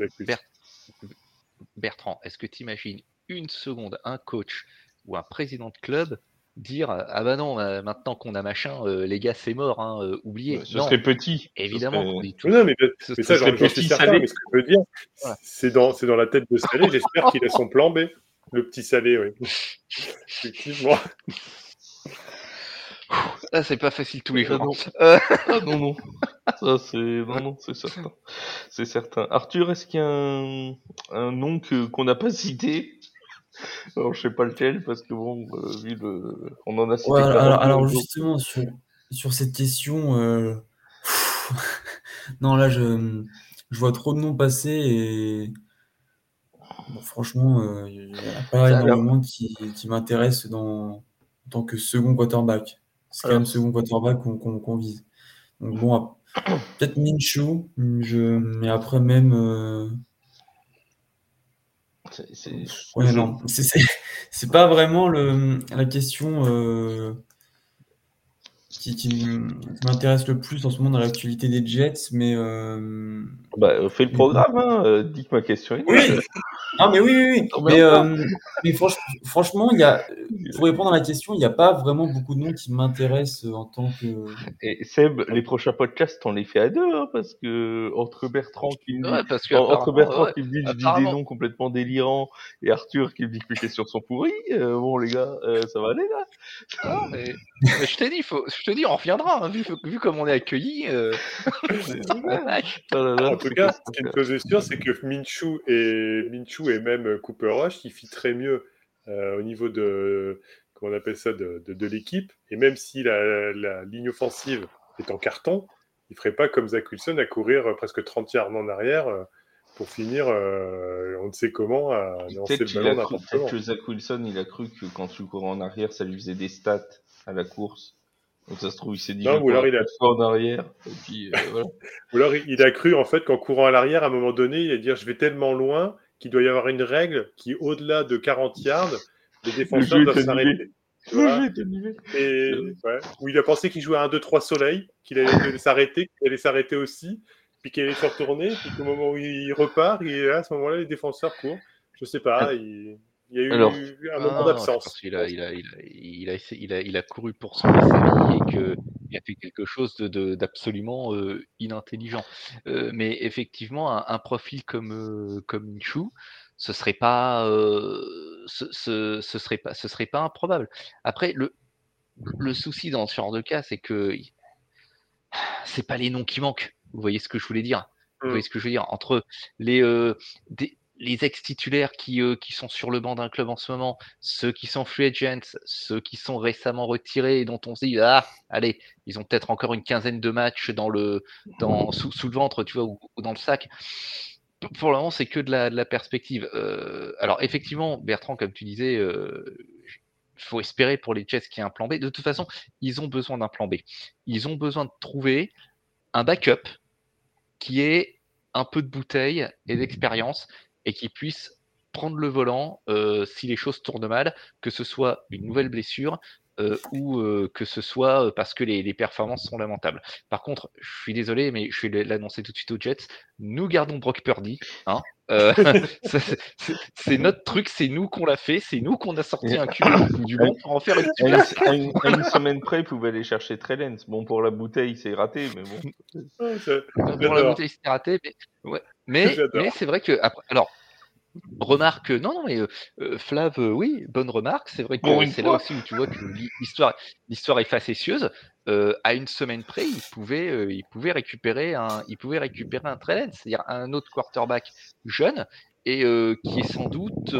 Bertrand, est-ce que tu imagines une seconde un coach ou un président de club dire ah bah non, maintenant qu'on a machin, les gars, c'est mort, hein, oubliez. Ce serait petit. Évidemment qu'on dit tout. Non, mais ça, j'en suis certain, mais ce que je veux dire, voilà. c'est dans la tête de Saleh, j'espère qu'il a son plan B. Le petit Saleh, oui. Effectivement. Ah, c'est pas facile tous les jours. Non. Ça, c'est certain. C'est certain. Arthur, est-ce qu'il y a un nom qu'on n'a pas cité? Alors, je sais pas lequel, parce que bon, on en a cité. Ouais, alors justement, sur cette question, non, là, je vois trop de noms passer et bon, franchement, il n'y en a pas énormément qui m'intéressent en tant que second quarterback. C'est quand même second quarterback qu'on vise. Donc bon, peut-être Minshew, mais après même... c'est pas vraiment la question qui m'intéresse le plus en ce moment dans l'actualité des Jets, mais... fais le programme, dis que ma question est oui. Non, mais oui. Mais franchement, pour répondre à la question, il n'y a pas vraiment beaucoup de noms qui m'intéressent en tant que. Et Seb, les prochains podcasts, on les fait à deux, hein, parce que entre Bertrand qui me dit, Ouais, parce que entre Bertrand ouais, qui me dit je dis des apparemment. noms complètement délirants et Arthur qui me dit que mes questions sont pourries, bon les gars, ça va aller là. Non, mais je t'ai dit, je te dis, on reviendra, hein, vu comme on est accueillis. Oh là là, En tout c'est cas, que- ce qui est une chose est sûre, c'est que Minshew et même Cooper Rush, qui fit très mieux au niveau de, comment on appelle ça, de l'équipe. Et même si la ligne offensive est en carton, il ne ferait pas comme Zach Wilson à courir presque 30 yards en arrière pour finir, on ne sait comment, à lancer Peut-être le ballon n'importe peut-être comment. que Zach Wilson, il a cru que quand tu cours en arrière, ça lui faisait des stats à la course. Donc ça se trouve, il s'est dit je Non, vais ou alors courir il a, 4 fois en arrière. Et puis voilà. ou alors il a cru en fait qu'en courant à l'arrière, à un moment donné, il a dire je vais tellement loin qu'il doit y avoir une règle qui, au-delà de 40 yards, les Le défenseurs jeu doivent est annulé. s'arrêter. Tu Le vois jeu est annulé. Et ouais, où il a pensé qu'il jouait à 1, 2, 3 soleil, qu'il allait s'arrêter, qu'il allait s'arrêter aussi, puis qu'il allait se retourner, puis qu'au moment où il repart, et à ce moment-là, les défenseurs courent. Je sais pas, il y a Alors, eu un moment Non, je pense d'absence. qu'il il a couru pour sauver sa vie et qu'il a fait quelque chose d'absolument inintelligent. Mais effectivement, un profil comme Minshew, ce serait pas, ce serait pas improbable. Après, le souci dans ce genre de cas, c'est que c'est pas les noms qui manquent. Vous voyez ce que je voulais dire? Vous voyez ce que je veux dire? Entre les, les ex-titulaires qui sont sur le banc d'un club en ce moment, ceux qui sont free agents, ceux qui sont récemment retirés et dont on se dit, ah, allez, ils ont peut-être encore une quinzaine de matchs sous le ventre, tu vois, ou dans le sac. Pour le moment, c'est que de la perspective. Alors, effectivement, Bertrand, comme tu disais, il faut espérer pour les Jets qu'il y ait un plan B. De toute façon, ils ont besoin d'un plan B. Ils ont besoin de trouver un backup qui ait un peu de bouteille et d'expérience et qui puisse prendre le volant si les choses tournent mal, que ce soit une nouvelle blessure ou que ce soit parce que les performances sont lamentables. Par contre, je suis désolé, mais je vais l'annoncer tout de suite aux Jets. Nous gardons Brock Purdy. Hein, c'est notre truc, c'est nous qu'on l'a fait, c'est nous qu'on a sorti un QB du banc pour en faire une super star. à une semaine près, il pouvait aller chercher Trey Lance. Bon, pour la bouteille, c'est raté, mais bon. Pour la bouteille, c'est raté, mais c'est vrai que après, alors. Remarque, non, mais Flav, oui, bonne remarque. C'est vrai que Pour une c'est fois. là aussi où tu vois que l'histoire est facétieuse. À une semaine près, il pouvait récupérer un Trey Lance, c'est-à-dire un autre quarterback jeune et qui est sans doute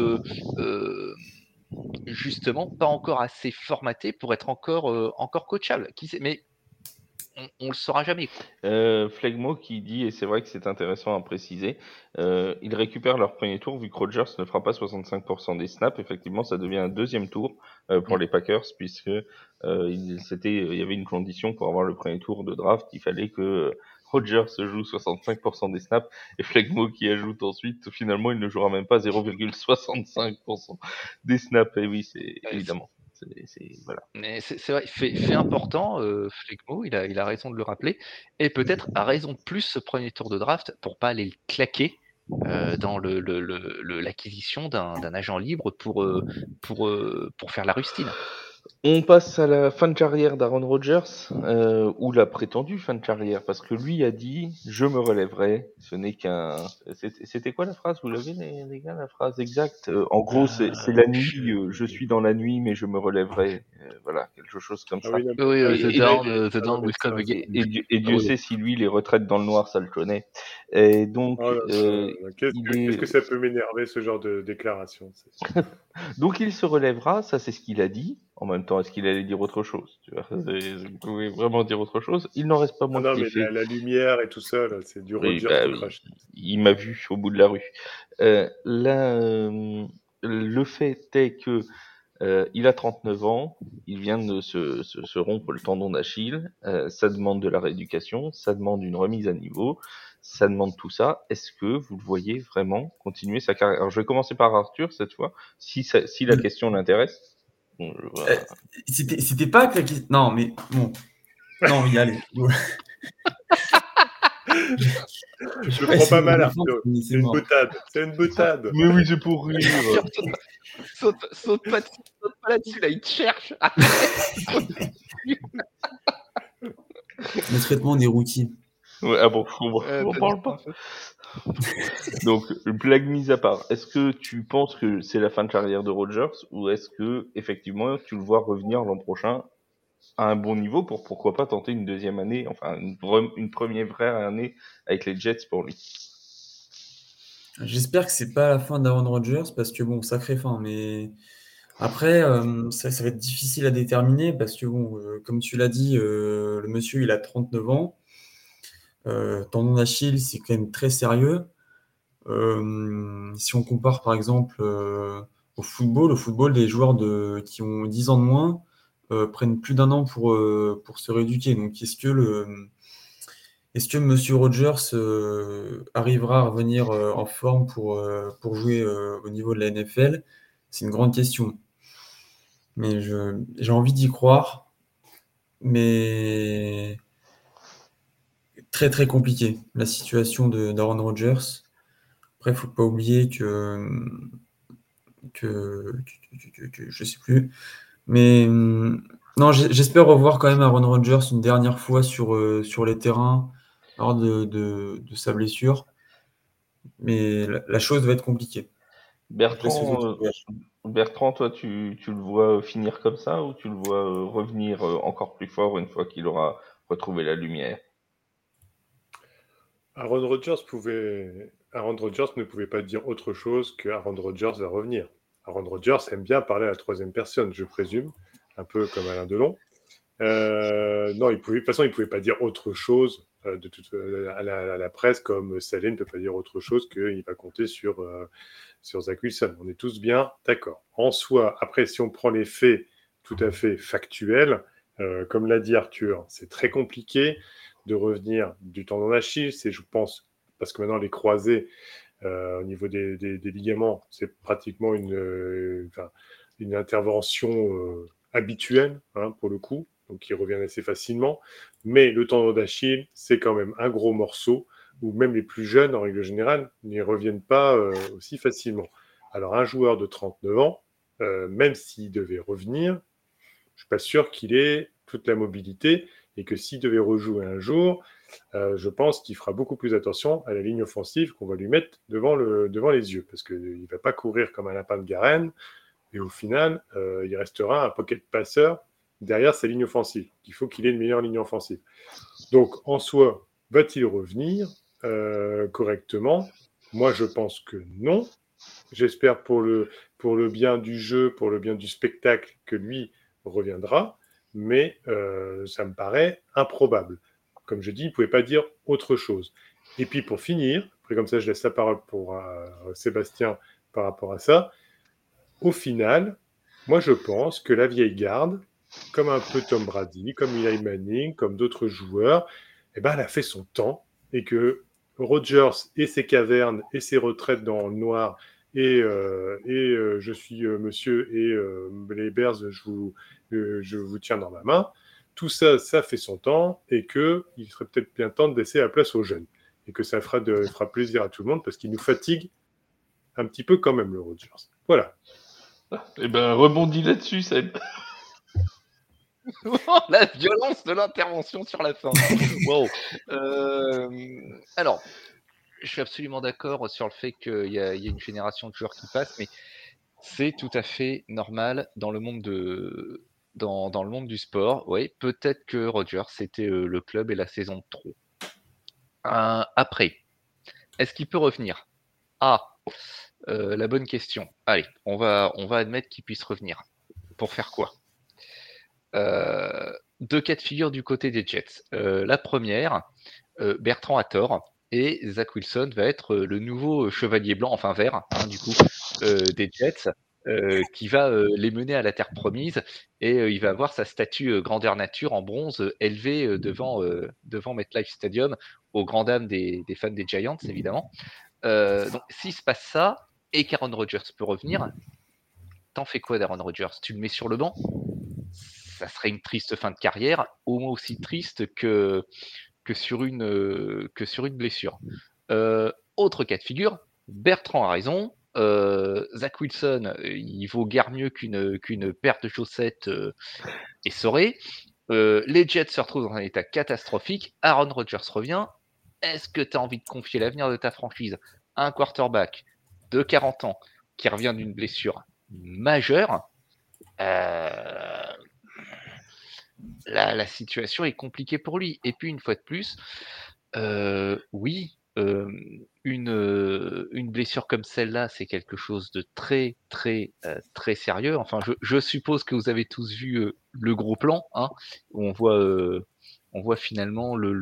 justement pas encore assez formaté pour être encore coachable. Qui sait, mais on le saura jamais. Flegmo qui dit, et c'est vrai que c'est intéressant à préciser, ils récupèrent leur premier tour vu que Rodgers ne fera pas 65% des snaps. Effectivement, ça devient un deuxième tour pour les Packers puisque il y avait une condition pour avoir le premier tour de draft, il fallait que Rodgers joue 65% des snaps et Flegmo qui ajoute ensuite, finalement, il ne jouera même pas 0,65% des snaps. Et oui, c'est évidemment. Voilà. Mais c'est vrai, fait important, Flegmo, il a raison de le rappeler, et peut-être a raison de plus ce premier tour de draft pour pas aller le claquer dans l'acquisition d'un agent libre pour faire la rustine. On passe à la fin de carrière d'Aaron Rodgers, ou la prétendue fin de carrière, parce que lui a dit « Je me relèverai ». Ce n'est qu'un... C'était quoi la phrase? Vous l'avez, les gars, la phrase exacte? En gros, c'est la nuit, je suis dans la nuit, mais je me relèverai. Voilà, quelque chose comme ça. Ah oui, non, Oui, mais- The Dawn will come again. Et Dieu sait si lui, les retraites dans le noir, ça le connaît. Et donc, Oh là là, qu'est-ce que est... ça peut m'énerver, ce genre de déclaration. Donc il se relèvera, ça c'est ce qu'il a dit. En même temps, est-ce qu'il allait dire autre chose? Tu vois, vous pouvez vraiment dire autre chose. Il n'en reste pas Ah moins non, qu'il mais est fait. la lumière et tout ça, là, c'est du Oui, Rodgers bah tout oui. crash. Il m'a vu au bout de la rue. Le fait est que il a 39 ans, il vient de se rompre le tendon d'Achille, ça demande de la rééducation, ça demande une remise à niveau, ça demande tout ça. Est-ce que vous le voyez vraiment continuer sa carrière? Alors je vais commencer par Arthur cette fois, si la question l'intéresse. Bon, voilà. C'était pas que la question. Non, mais bon. Non, oui, allez. Je le prends pas mal, Arthur. mais C'est une boutade. C'est une boutade. Mais oui, c'est pour rire. Saute pas là-dessus, là, il te cherche. Le traitement des rookies. Ouais, ah bon, on parle pas. Donc, blague mise à part, est-ce que tu penses que c'est la fin de carrière de Rodgers ou est-ce que effectivement tu le vois revenir l'an prochain à un bon niveau pour pourquoi pas tenter une deuxième année, enfin une première vraie année avec les Jets pour lui. J'espère que c'est pas la fin d'Aaron Rodgers parce que bon, sacrée fin, mais après, ça va être difficile à déterminer parce que bon, comme tu l'as dit, le monsieur il a 39 ans. Tendon d'Achille, c'est quand même très sérieux. Si on compare par exemple au football, les joueurs qui ont 10 ans de moins prennent plus d'un an pour se rééduquer. Donc est-ce que Monsieur Rogers arrivera à revenir en forme pour jouer au niveau de la NFL? C'est une grande question. Mais j'ai envie d'y croire, mais très très compliqué la situation d'Aaron Rodgers. Après, il ne faut pas oublier que je sais plus. Mais non, j'espère revoir quand même Aaron Rodgers une dernière fois sur les terrains lors de sa blessure. Mais la chose va être compliquée. Bertrand, toi, tu le vois finir comme ça ou tu le vois revenir encore plus fort une fois qu'il aura retrouvé la lumière? Aaron Rodgers ne pouvait pas dire autre chose que Aaron Rodgers va revenir. Aaron Rodgers aime bien parler à la troisième personne, je présume, un peu comme Alain Delon. Non, de toute façon, il ne pouvait pas dire autre chose à la presse, comme Saleh ne peut pas dire autre chose qu'il va compter sur Zach Wilson. On est tous bien d'accord. En soi, après, si on prend les faits tout à fait factuels, comme l'a dit Arthur, c'est très compliqué de revenir du tendon d'Achille. C'est, je pense, parce que maintenant les croisés au niveau des ligaments, c'est pratiquement une intervention habituelle pour le coup, donc ils reviennent assez facilement. Mais le tendon d'Achille, c'est quand même un gros morceau où même les plus jeunes, en règle générale, n'y reviennent pas aussi facilement. Alors un joueur de 39 ans, même s'il devait revenir, je ne suis pas sûr qu'il ait toute la mobilité et que s'il devait rejouer un jour, je pense qu'il fera beaucoup plus attention à la ligne offensive qu'on va lui mettre devant les yeux, parce qu'il ne va pas courir comme un lapin de Garenne, et au final, il restera un pocket passeur derrière sa ligne offensive. Il faut qu'il ait une meilleure ligne offensive. Donc, en soi, va-t-il revenir correctement? Moi, je pense que non. J'espère pour le bien du jeu, pour le bien du spectacle, que lui reviendra, mais ça me paraît improbable. Comme je dis, il ne pouvait pas dire autre chose. Et puis pour finir, après comme ça je laisse la parole pour Sébastien par rapport à ça, au final, moi je pense que la vieille garde, comme un peu Tom Brady, comme Eli Manning, comme d'autres joueurs, elle a fait son temps et que Rodgers et ses cavernes et ses retraites dans le noir et je suis monsieur et les Bears, je vous tiens dans ma main. Tout ça, ça fait son temps et qu'il serait peut-être bien temps de laisser la place aux jeunes et que ça fera plaisir à tout le monde parce qu'il nous fatigue un petit peu quand même le Rodgers. Voilà. Eh ben, rebondis là-dessus, Seb. La violence de l'intervention sur la fin. Wow. Alors, je suis absolument d'accord sur le fait qu'il y a une génération de joueurs qui passe, mais c'est tout à fait normal dans le monde dans le monde du sport. Oui, peut-être que Rodgers, c'était le club et la saison de trop. Après, est-ce qu'il peut revenir? La bonne question. Allez, on va admettre qu'il puisse revenir. Pour faire quoi? Deux cas de figure du côté des Jets. La première, Bertrand a tort, et Zach Wilson va être le nouveau chevalier blanc, enfin vert, du coup, des Jets, qui va les mener à la terre promise, et il va avoir sa statue grandeur nature en bronze élevée devant MetLife Stadium, aux grandes dames des fans des Giants, évidemment. Donc, s'il se passe ça, et qu'Aaron Rodgers peut revenir, t'en fais quoi d'Aaron Rodgers? Tu le mets sur le banc? Ça serait une triste fin de carrière, au moins aussi triste que que sur une blessure. Autre cas de figure, Bertrand a raison. Zach Wilson, il vaut guère mieux qu'une paire de chaussettes essorées. Les Jets se retrouvent dans un état catastrophique. Aaron Rodgers revient. Est-ce que tu as envie de confier l'avenir de ta franchise à un quarterback de 40 ans qui revient d'une blessure majeure? La situation est compliquée pour lui. Et puis, une fois de plus, oui, une blessure comme celle-là, c'est quelque chose de très, très, très sérieux. Enfin, je suppose que vous avez tous vu le gros plan, hein, où on voit finalement le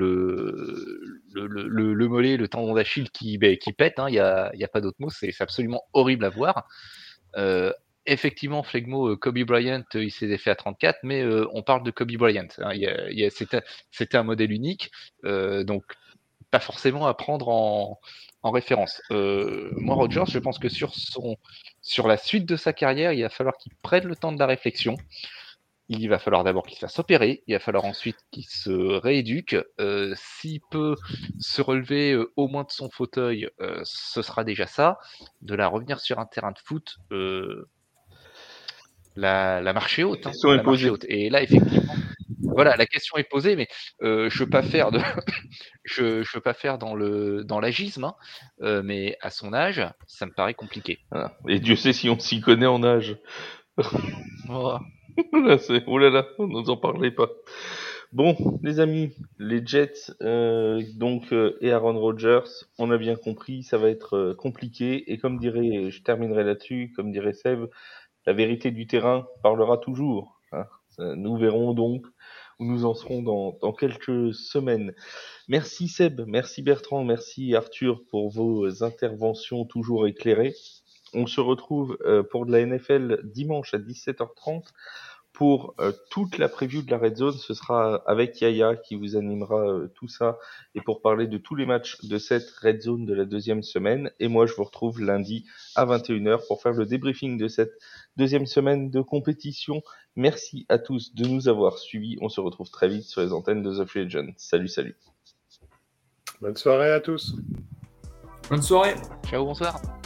mollet, le tendon d'Achille qui pète. Il y a pas d'autre mot. C'est absolument horrible à voir. Effectivement, Flegmo, Kobe Bryant, il s'est défait à 34, mais on parle de Kobe Bryant. Hein. C'était un modèle unique, donc pas forcément à prendre en référence. Moi, Rodgers, je pense que sur la suite de sa carrière, il va falloir qu'il prenne le temps de la réflexion. Il va falloir d'abord qu'il se fasse opérer, il va falloir ensuite qu'il se rééduque. S'il peut se relever au moins de son fauteuil, ce sera déjà ça. De là revenir sur un terrain de foot, la marche est haute. Hein, question est la marche posée. est haute. Et là, effectivement, voilà, la question est posée, mais je veux pas faire je veux pas faire dans l'agisme, hein, mais à son âge, ça me paraît compliqué. Voilà. Et Dieu sait si on s'y connaît en âge. Voilà. Oh là là, n'en parlez pas. Bon, les amis, les Jets et Aaron Rodgers, on a bien compris, ça va être compliqué. Et je terminerai là-dessus, comme dirait Seb, la vérité du terrain parlera toujours. Hein. Nous verrons donc où nous en serons dans quelques semaines. Merci Seb, merci Bertrand, merci Arthur pour vos interventions toujours éclairées. On se retrouve pour de la NFL dimanche à 17h30 pour toute la preview de la Red Zone. Ce sera avec Yaya qui vous animera tout ça et pour parler de tous les matchs de cette Red Zone de la deuxième semaine. Et moi, je vous retrouve lundi à 21h pour faire le débriefing de cette deuxième semaine de compétition. Merci à tous de nous avoir suivis. On se retrouve très vite sur les antennes de The Free Agent. Salut, salut. Bonne soirée à tous. Bonne soirée. Ciao, bonsoir.